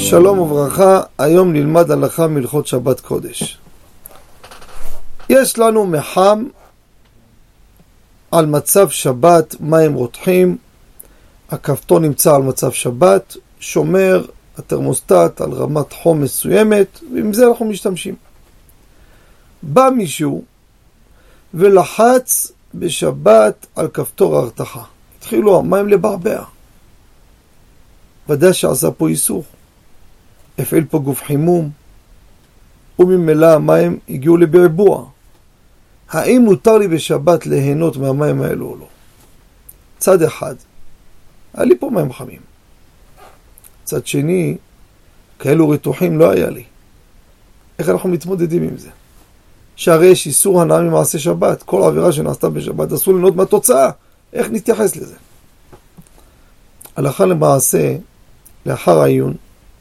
שלום וברכה, היום נלמד הלכה מהלכות שבת קודש. יש לנו מחם על מצב שבת, מים רותחים, הכפתור נמצא על מצב שבת, שומר התרמוסטט על רמת חום מסוימת, ועם זה אנחנו משתמשים. בא מישהו ולחץ בשבת על כפתור ההרתחה. התחילו המים לבעבע. ודאי שעשה פה איסור. הפעיל פה גוף חימום, וממילא המים הגיעו לבעבוע. האם מותר לי בשבת ליהנות מהמים האלו או לא? צד אחד, היה לי פה מים חמים. צד שני, כאלו רתוחים לא היה לי. איך אנחנו מתמודדים עם זה? שהרי יש איסור הנאה ממעשה שבת. כל עבירה שנעשתה בשבת אסור ליהנות מהתוצאה. איך נתייחס לזה? הלכה למעשה, לאחר העיון,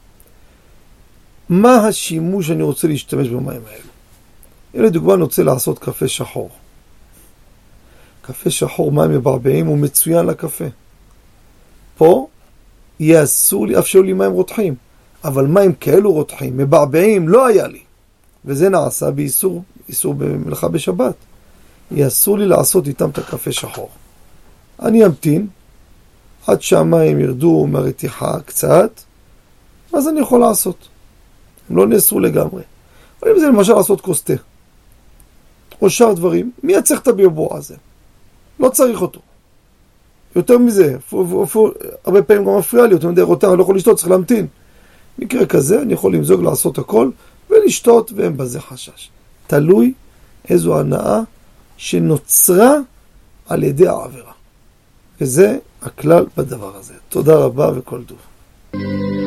מה השימוש שאני רוצה להשתמש במים האלו? הנה דוגמה, אני רוצה לעשות קפה שחור. קפה שחור, מים מבעבעים, הוא מצוין לקפה. פה יהיה אסור לי, אפשר לי מים רותחים, אבל מים כאלו רותחים, מבעבעים, לא היה לי. וזה נעשה באיסור, איסור במלאכה בשבת. יהיה אסור לי לעשות איתם את הקפה שחור. אני אמתין עד שהמים ירדו מהרתיחה קצת, אז אני יכול לעשות. הם לא נאסרו לגמרי. אבל אם זה למשל לעשות קוסטה, או שאר דברים, מי יצריך את הבעבוע הזה? לא צריך אותו. יותר מזה, הרבה פעמים גם מפריע לי, אתה יודע, רותח, אני לא יכול לשתות, צריך להמתין. מקרה כזה, אני יכול למזוג לעשות הכל, ולשתות, ואין בזה חשש. תלוי איזו הנאה שנוצרה על ידי העבירה. וזה הכלל בדבר הזה. תודה רבה וכל טוב.